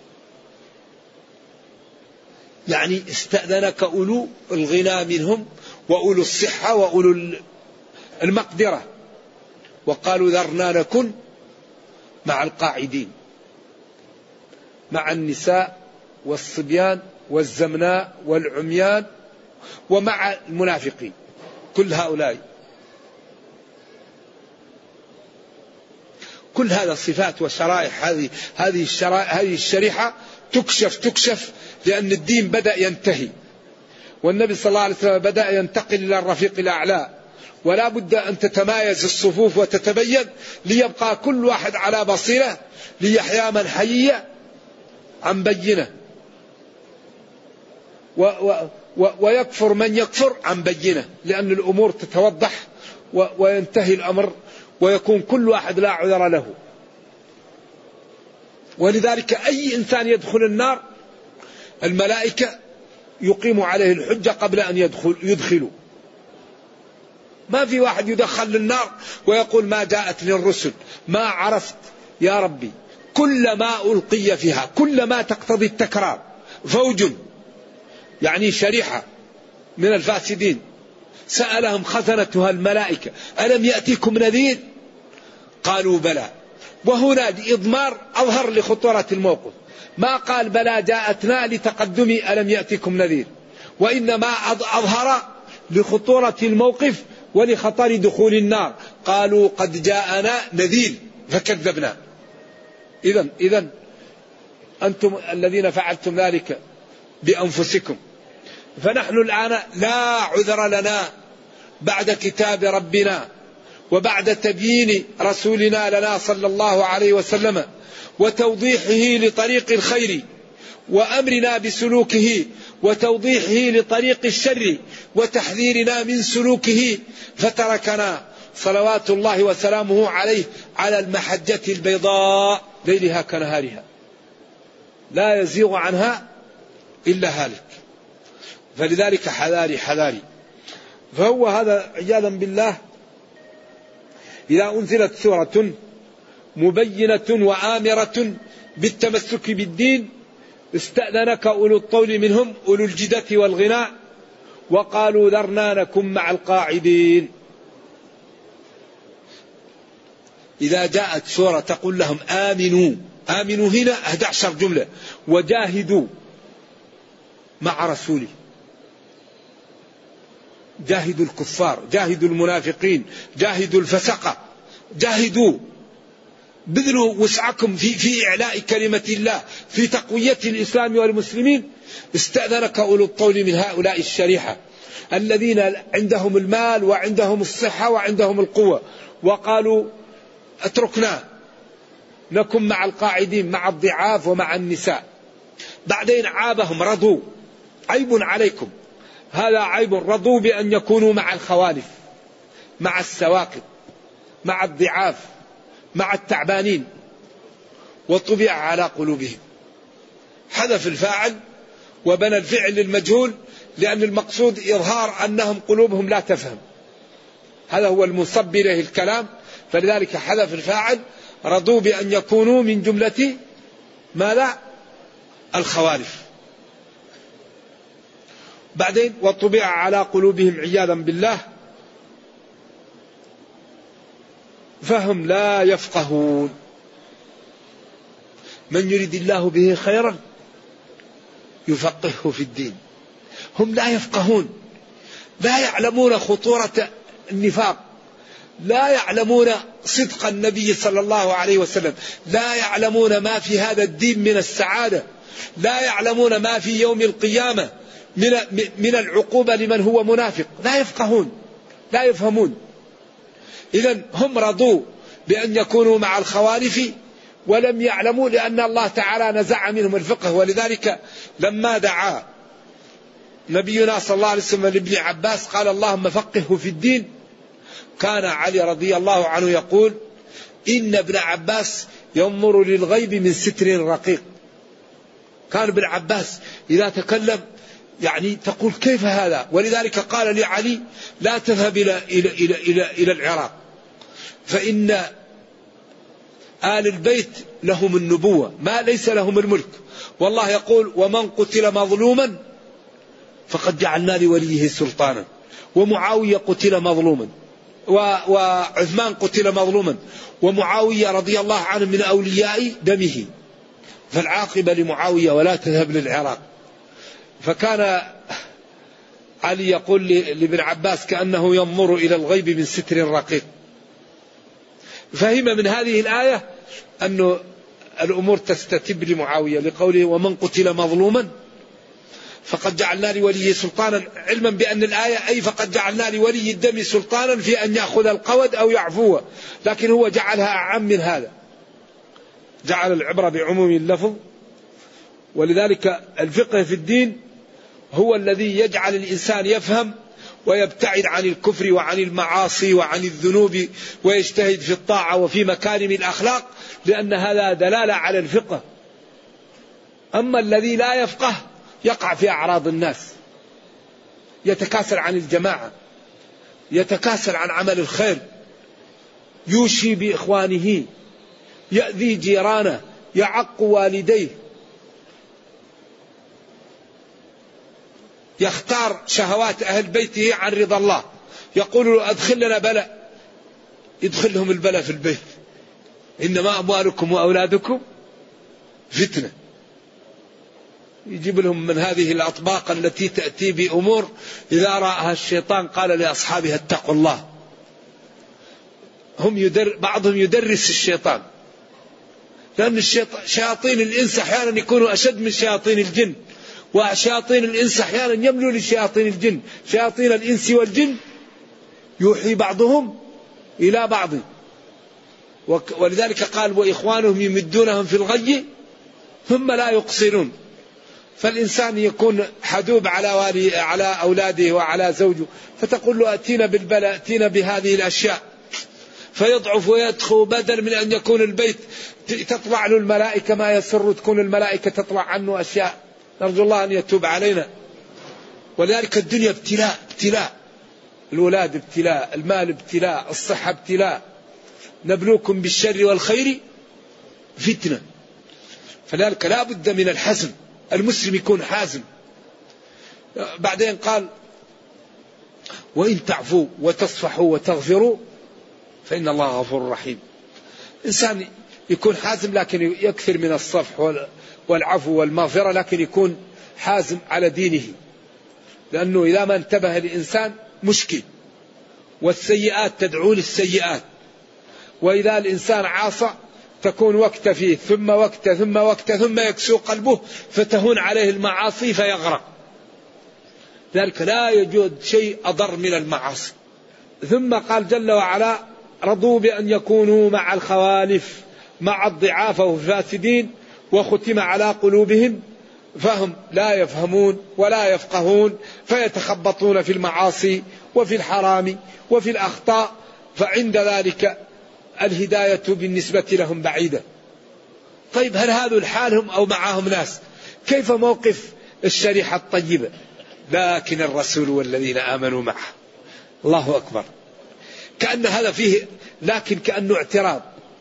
يعني استأذنك أولو الغنى منهم وأولو الصحة وأولو المقدرة، وقالوا ذرنا نكن مع القاعدين، مع النساء والصبيان والزمناء والعميان ومع المنافقين. كل هؤلاء، كل هذا صفات وشرائح. هذه الشريحة تكشف لأن الدين بدأ ينتهي، والنبي صلى الله عليه وسلم بدأ ينتقل إلى الرفيق الأعلى، ولا بد أن تتمايز الصفوف وتتبين ليبقى كل واحد على بصيرة، ليحيى من حي عن بينة ويكفر من يكفر عن بينة، لأن الأمور تتوضح وينتهي الأمر ويكون كل واحد لا عذر له. ولذلك أي إنسان يدخل النار الملائكة يقيم عليه الحجة قبل أن يدخلوا. ما في واحد يدخل للنار ويقول ما جاءتني الرسل، ما عرفت يا ربي. كلما ألقي فيها، كلما تقتضي التكرار، فوج يعني شريحة من الفاسدين سألهم خزنتها الملائكة ألم يأتيكم نذير؟ قالوا بلى. وهنا إضمار أظهر لخطورة الموقف، ما قال بلى جاءتنا لتقدمي ألم يأتيكم نذير، وإنما أظهر لخطورة الموقف ولخطر دخول النار. قالوا قد جاءنا نذير فكذبنا. إذن أنتم الذين فعلتم ذلك بأنفسكم. فنحن الآن لا عذر لنا بعد كتاب ربنا وبعد تبيين رسولنا لنا صلى الله عليه وسلم وتوضيحه لطريق الخير وأمرنا بسلوكه وتوضيحه لطريق الشر وتحذيرنا من سلوكه، فتركنا صلوات الله وسلامه عليه على المحجة البيضاء ليلها كنهارها لا يزيغ عنها إلا هالك. فلذلك حذاري حذاري. فهو هذا عياذا بالله إذا أنزلت سورة مبينة وآمرة بالتمسك بالدين استأذنك أولو الطول منهم أولو الجدة والغناء وقالوا ذرنا نكن مع القاعدين. إذا جاءت سورة تقول لهم آمنوا، آمنوا هنا 11 جملة، وجاهدوا مع رسوله، جاهدوا الكفار، جاهدوا المنافقين، جاهدوا الفسقة، جاهدوا، بذلوا وسعكم في إعلاء كلمة الله، في تقوية الإسلام والمسلمين. استأذنك أولو الطول من هؤلاء الشريحة الذين عندهم المال وعندهم الصحة وعندهم القوة، وقالوا اتركنا نكن مع القاعدين، مع الضعاف ومع النساء. بعدين عابهم، رضوا، عيب عليكم، هذا عيب، رضوا بأن يكونوا مع الخوالف، مع السواقط، مع الضعاف، مع التعبانين، وطبع على قلوبهم. حذف الفاعل وبنى الفعل للمجهول لأن المقصود إظهار أنهم قلوبهم لا تفهم، هذا هو المنصب إليه الكلام، فلذلك حذف الفاعل. رضوا بأن يكونوا من جملة ماذا؟ الخوالف. بعدين وطبع على قلوبهم عياذا بالله فهم لا يفقهون. من يريد الله به خيرا يفقهه في الدين. هم لا يفقهون، لا يعلمون خطورة النفاق، لا يعلمون صدق النبي صلى الله عليه وسلم، لا يعلمون ما في هذا الدين من السعادة، لا يعلمون ما في يوم القيامة من العقوبة لمن هو منافق. لا يفقهون، لا يفهمون. إذن هم رضوا بأن يكونوا مع الخوالف ولم يعلموا، لأن الله تعالى نزع منهم الفقه. ولذلك لما دعا نبينا صلى الله عليه وسلم لابن عباس قال اللهم فقهه في الدين، كان علي رضي الله عنه يقول إن ابن عباس ينظر للغيب من ستر رقيق. كان ابن عباس إذا تكلم يعني تقول كيف هذا. ولذلك قال لعلي لا تذهب إلى العراق فإن آل البيت لهم النبوة ما ليس لهم الملك. والله يقول ومن قتل مظلوما فقد جعلنا لوليه سلطانا. ومعاوية قتل مظلوما وعثمان قتل مظلوما، ومعاوية رضي الله عنه من أولياء دمه، فالعاقبة لمعاوية ولا تذهب للعراق. فكان علي يقول لابن عباس كأنه ينظر إلى الغيب من ستر رقيق. فهم من هذه الآية أن الأمور تستتب لمعاوية لقوله ومن قتل مظلوما فقد جعلنا لوليه سلطانا، علما بأن الآية أي فقد جعلنا لولي الدم سلطانا في أن يأخذ القود أو يعفوه، لكن هو جعلها أعم من هذا، جعل العبرة بعموم اللفظ. ولذلك الفقه في الدين هو الذي يجعل الإنسان يفهم ويبتعد عن الكفر وعن المعاصي وعن الذنوب ويجتهد في الطاعة وفي مكارم الأخلاق، لأن هذا دلالة على الفقه. أما الذي لا يفقه يقع في أعراض الناس، يتكاسل عن الجماعة، يتكاسل عن عمل الخير، يوشي بإخوانه، يأذي جيرانه، يعق والديه، يختار شهوات أهل بيته عن رضا الله. يقول له أدخل لنا بلاء، يدخلهم البلاء في البيت. إنما أموالكم وأولادكم فتنة. يجيب لهم من هذه الأطباق التي تأتي بأمور إذا رأها الشيطان قال لأصحابها اتقوا الله. بعضهم يدرس الشيطان، لأن شياطين الإنس أحيانا يكونوا أشد من شياطين الجن، وشياطين الإنس أحيانا يملوا لشياطين الجن. شياطين الإنس والجن يوحي بعضهم إلى بعض، ولذلك قال وإخوانهم يمدونهم في الغي ثم لا يقصرون. فالإنسان يكون حدوب على أولاده وعلى زوجه، فتقول له أتينا بالبلاء، أتينا بهذه الأشياء، فيضعف ويدخل، بدل من أن يكون البيت تطلع له الملائكة ما يسر، تكون الملائكة تطلع عنه أشياء. نرجو الله أن يتوب علينا. ولذلك الدنيا ابتلاء، الولاد ابتلاء، المال ابتلاء، الصحة ابتلاء، نبلوكم بالشر والخير فتنة. فلذلك لا بد من الحزم، المسلم يكون حازم. بعدين قال وإن تعفوا وتصفحوا وتغفروا فإن الله غفور رحيم. إنسان يكون حازم لكن يكثر من الصفح والعفو والمغفرة، لكن يكون حازم على دينه، لأنه إذا ما انتبه الإنسان مشكل، والسيئات تدعو للسيئات، وإذا الإنسان عاصى تكون وقت فيه ثم وقت ثم وقت ثم يكسو قلبه فتهون عليه المعاصي فيغرق. ذلك لا يوجد شيء أضر من المعاصي. ثم قال جل وعلا رضوا بأن يكونوا مع الخوالف، مع الضعاف والفاسدين، وختم على قلوبهم فهم لا يفهمون ولا يفقهون، فيتخبطون في المعاصي وفي الحرام وفي الأخطاء، فعند ذلك الهداية بالنسبة لهم بعيدة. طيب هل هذا الحالهم أو معهم ناس؟ كيف موقف الشريحة الطيبة؟ لكن الرسول والذين آمنوا معه. الله أكبر. كأن هذا فيه لكن كأنه اعتراض.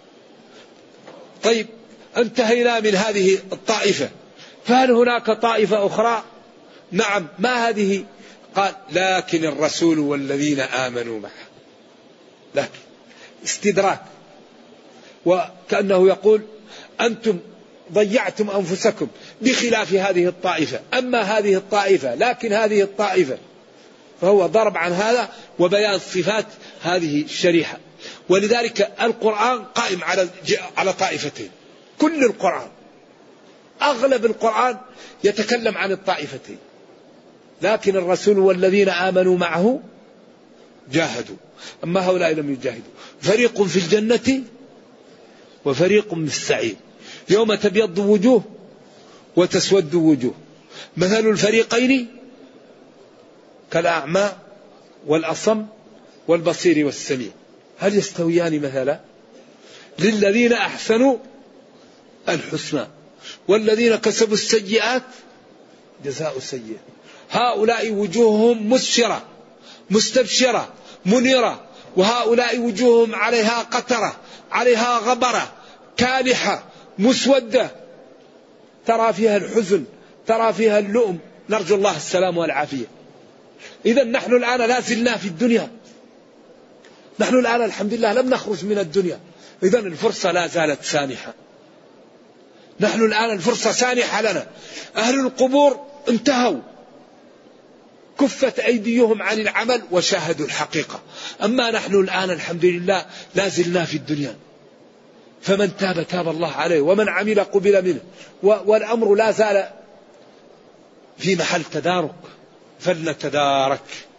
طيب انتهينا من هذه الطائفة، فهل هناك طائفة أخرى؟ نعم. ما هذه؟ قال لكن الرسول والذين آمنوا معه. لكن استدراك، وكأنه يقول أنتم ضيعتم أنفسكم بخلاف هذه الطائفة، أما هذه الطائفة لكن هذه الطائفة، فهو ضرب عن هذا وبيان صفات هذه الشريحة. ولذلك القرآن قائم على طائفتين. كل القرآن، أغلب القرآن يتكلم عن الطائفتين. لكن الرسول والذين آمنوا معه جاهدوا، أما هؤلاء لم يجاهدوا. فريق في الجنة وفريق في السعير، يوم تبيض وجوه وتسود وجوه، مثل الفريقين كالأعمى والأصم والبصير والسميع هل يستويان مثلا؟ للذين أحسنوا الحسنى والذين كسبوا السيئات جزاء سيئة. هؤلاء وجوههم مسفرة مستبشرة منيرة، وهؤلاء وجوههم عليها قترة عليها غبرة كالحة مسودة، ترى فيها الحزن ترى فيها اللؤم، نرجو الله السلام والعافية. إذا نحن الآن لا زلنا في الدنيا، نحن الآن الحمد لله لم نخرج من الدنيا، إذا الفرصة لا زالت سانحة. نحن الآن الفرصة سانحة لنا. أهل القبور انتهوا، كفت أيديهم عن العمل وشاهدوا الحقيقة. أما نحن الآن الحمد لله لا زلنا في الدنيا، فمن تاب تاب الله عليه ومن عمل قبل منه، والأمر لا زال في محل تدارك، فلنتدارك.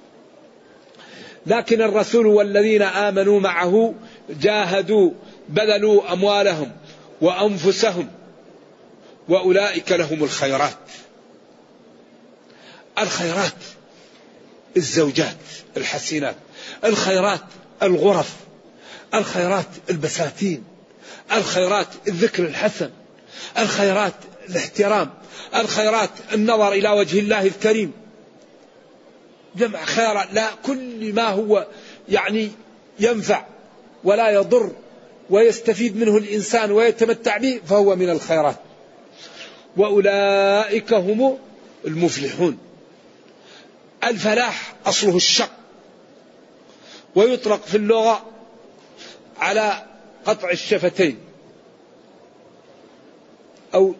لكن الرسول والذين آمنوا معه جاهدوا بذلوا أموالهم وأنفسهم وأولئك لهم الخيرات. الخيرات الزوجات الحسينات، الخيرات الغرف، الخيرات البساتين، الخيرات الذكر الحسن، الخيرات الاحترام، الخيرات النظر إلى وجه الله الكريم، جمع خيرات. لا، كل ما هو يعني ينفع ولا يضر ويستفيد منه الإنسان ويتمتع به فهو من الخيرات. وأولئك هم المفلحون. الفلاح أصله الشق، ويطلق في اللغة على قطع الشفتين أو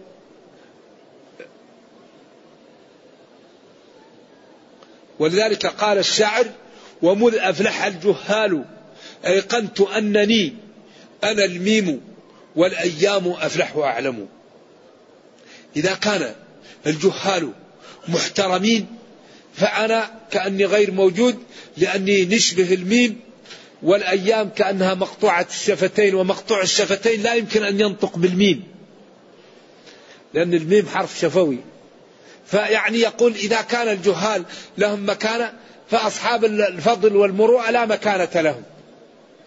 ولذلك قال الشاعر ومذ أفلح الجهال أيقنت أنني أنا الميم والأيام أفلح وأعلم. إذا كان الجهال محترمين فأنا كأني غير موجود، لأني نشبه الميم، والأيام كأنها مقطوعة الشفتين، ومقطوع الشفتين لا يمكن أن ينطق بالميم لأن الميم حرف شفوي. فيعني يقول إذا كان الجهال لهم مكانة فأصحاب الفضل والمروءة لا مكانة لهم.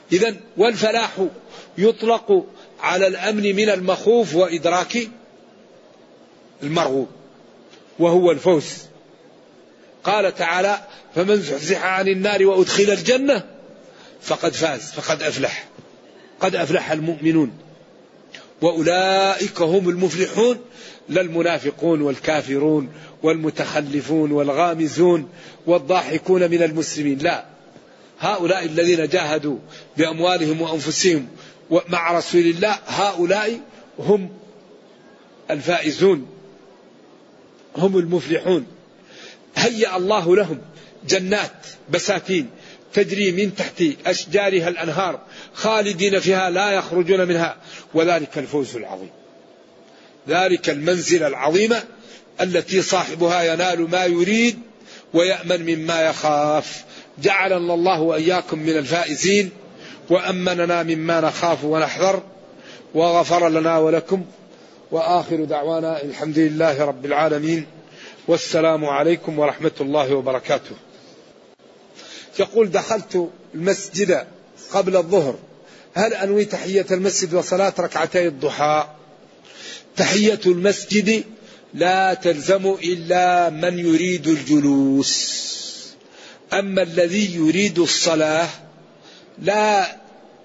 إذن والفلاح يطلق على الأمن من المخوف وإدراك المرغوب وهو الفوز. قال تعالى فمن زحزح عن النار وأدخل الجنة فقد فاز فقد أفلح. قد أفلح المؤمنون وأولئك هم المفلحون، لا المنافقون والكافرون والمتخلفون والغامزون والضاحكون من المسلمين، لا، هؤلاء الذين جاهدوا بأموالهم وأنفسهم مع رسول الله هؤلاء هم الفائزون، هم المفلحون. هيأ الله لهم جنات بساتين تجري من تحت أشجارها الأنهار خالدين فيها لا يخرجون منها، وذلك الفوز العظيم. ذلك المنزلة العظيمة التي صاحبها ينال ما يريد ويأمن مما يخاف. جعلنا الله وإياكم من الفائزين وأمننا مما نخاف ونحذر وغفر لنا ولكم. وآخر دعوانا الحمد لله رب العالمين والسلام عليكم ورحمة الله وبركاته. يقول دخلت المسجد قبل الظهر، هل أنوي تحية المسجد وصلاة ركعتي الضحى؟ تحية المسجد لا تلزم إلا من يريد الجلوس، أما الذي يريد الصلاة لا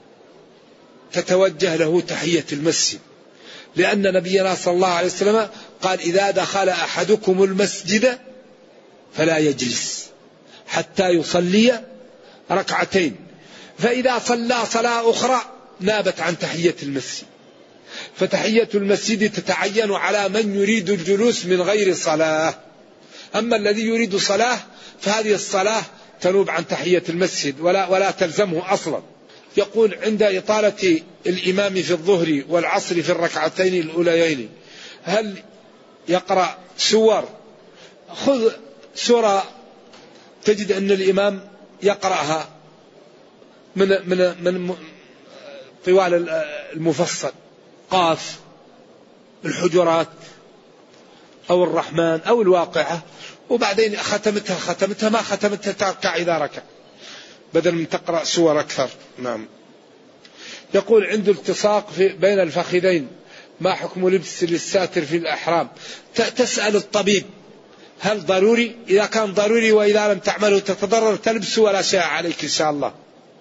تتوجه له تحية المسجد، لأن نبينا صلى الله عليه وسلم قال إذا دخل أحدكم المسجد فلا يجلس حتى يصلي ركعتين، فإذا صلى صلاة أخرى نابت عن تحية المسجد. فتحية المسجد تتعين على من يريد الجلوس من غير صلاة، أما الذي يريد صلاة فهذه الصلاة تنوب عن تحية المسجد ولا تلزمه أصلا. يقول عند إطالة الإمام في الظهر والعصر في الركعتين الأوليين هل يقرأ سور؟ خذ سورة تجد أن الإمام يقرأها من طوال المفصل، قاف، الحجرات أو الرحمن أو الواقعة، وبعدين ختمتها ما ختمتها تركع إذا ركع بدل من تقرأ سور أكثر. نعم. يقول عنده التصاق بين الفخذين، ما حكم لبس للساتر في الأحرام؟ تسأل الطبيب هل ضروري؟ إذا كان ضروري وإذا لم تعمله تتضرر تلبس ولا شيء عليك إن شاء الله.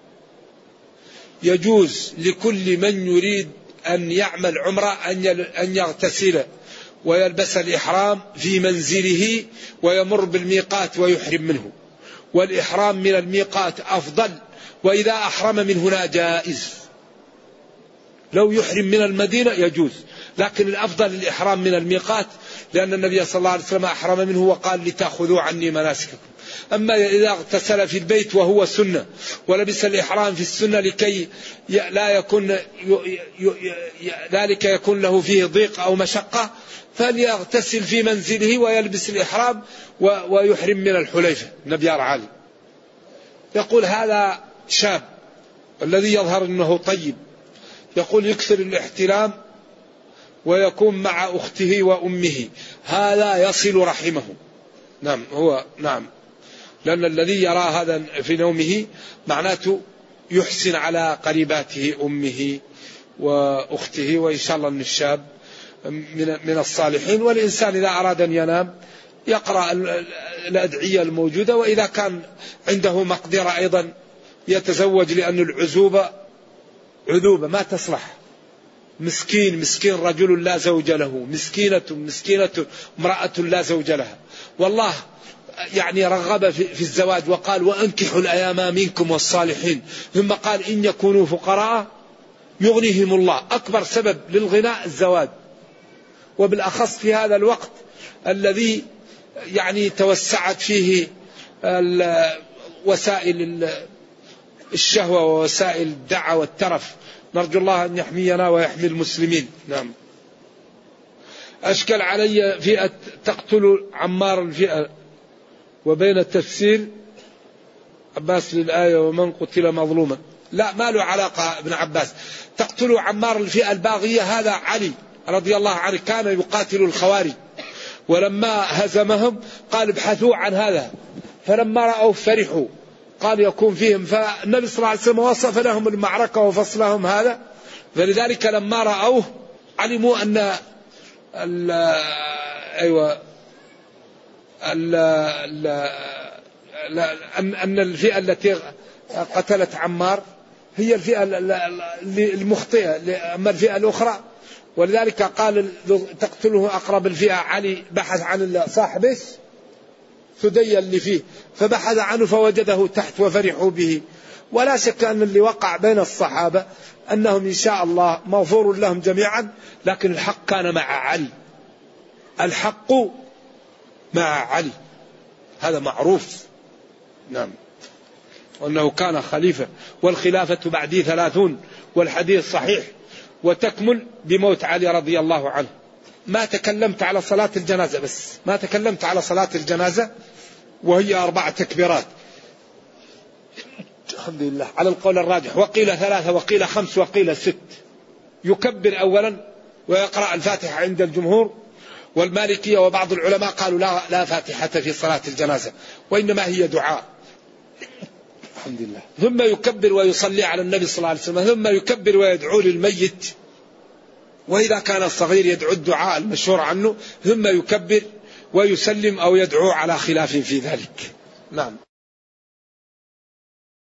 يجوز لكل من يريد أن يعمل عمرة أن يغتسل ويلبس الإحرام في منزله ويمر بالميقات ويحرم منه، والإحرام من الميقات أفضل، وإذا أحرم من هنا جائز. لو يحرم من المدينة يجوز، لكن الأفضل الإحرام من الميقات، لأن النبي صلى الله عليه وسلم أحرم منه وقال لتأخذوا عني مناسككم. أما إذا اغتسل في البيت وهو سنة ولبس الإحرام في السنة لكي لا يكون ذلك يكون له فيه ضيق أو مشقة، فليغتسل في منزله ويلبس الإحرام ويحرم من الحليفة نبيار علي. يقول هذا شاب الذي يظهر أنه طيب، يقول يكثر الاحتلام ويكون مع أخته وأمه، هذا يصل رحمه. نعم هو نعم، لأن الذي يرى هذا في نومه معناته يحسن على قريباته أمه وأخته، وإن شاء الله أن الشاب من الصالحين. والإنسان إذا أراد أن ينام يقرأ الأدعية الموجودة، وإذا كان عنده مقدرة أيضا يتزوج، لأن العزوبة عذوبة ما تصلح. مسكين رجل لا زوج له، مسكينة امرأة لا زوج لها. والله يعني رغب في الزواج وقال وأنكحوا الأيام منكم والصالحين، ثم قال إن يكونوا فقراء يغنيهم الله. أكبر سبب للغناء الزواج، وبالأخص في هذا الوقت الذي يعني توسعت فيه وسائل الشهوة ووسائل الدعة والترف. نرجو الله أن يحمينا ويحمي المسلمين. نعم. أشكل علي فئة تقتل عمار الفئة وبين التفسير عباس للآية ومن قتل مظلوما. لا، ما له علاقة ابن عباس. تقتل عمار الفئة الباغية هذا علي رضي الله عنه كان يقاتل الخوارج، ولما هزمهم قال ابحثوا عن هذا، فلما رأوا فرحوا قال يكون فيهم. فالنبي صلى الله عليه وسلم وصف لهم المعركة وفصلهم هذا، فلذلك لما رأوه علموا أن أن الفئة التي قتلت عمار هي الفئة المخطئة، أما الفئة الأخرى. ولذلك قال تقتله أقرب الفئة. علي بحث عن صاحبه ثدي اللي فيه، فبحث عنه فوجده تحت وفرحوا به. ولا شك أن اللي وقع بين الصحابة أنهم إن شاء الله مغفور لهم جميعا، لكن الحق كان مع علي، الحق مع علي، هذا معروف. نعم، وأنه كان خليفة، والخلافة بعدي 30، والحديث صحيح، وتكمل بموت علي رضي الله عنه. ما تكلمت على صلاة الجنازة، بس ما تكلمت على صلاة الجنازة وهي 4 تكبيرات الحمد لله على القول الراجح، وقيل 3 وقيل 5 وقيل 6. يكبر أولا ويقرأ الفاتحة عند الجمهور، والمالكية وبعض العلماء قالوا لا فاتحة في صلاة الجنازة، وإنما هي دعاء الحمد لله. ثم يكبر ويصلي على النبي صلى الله عليه وسلم، ثم يكبر ويدعو للميت، وإذا كان الصغير يدعو الدعاء المشهور عنه، ثم يكبر ويسلم أو يدعو على خلاف في ذلك. نعم.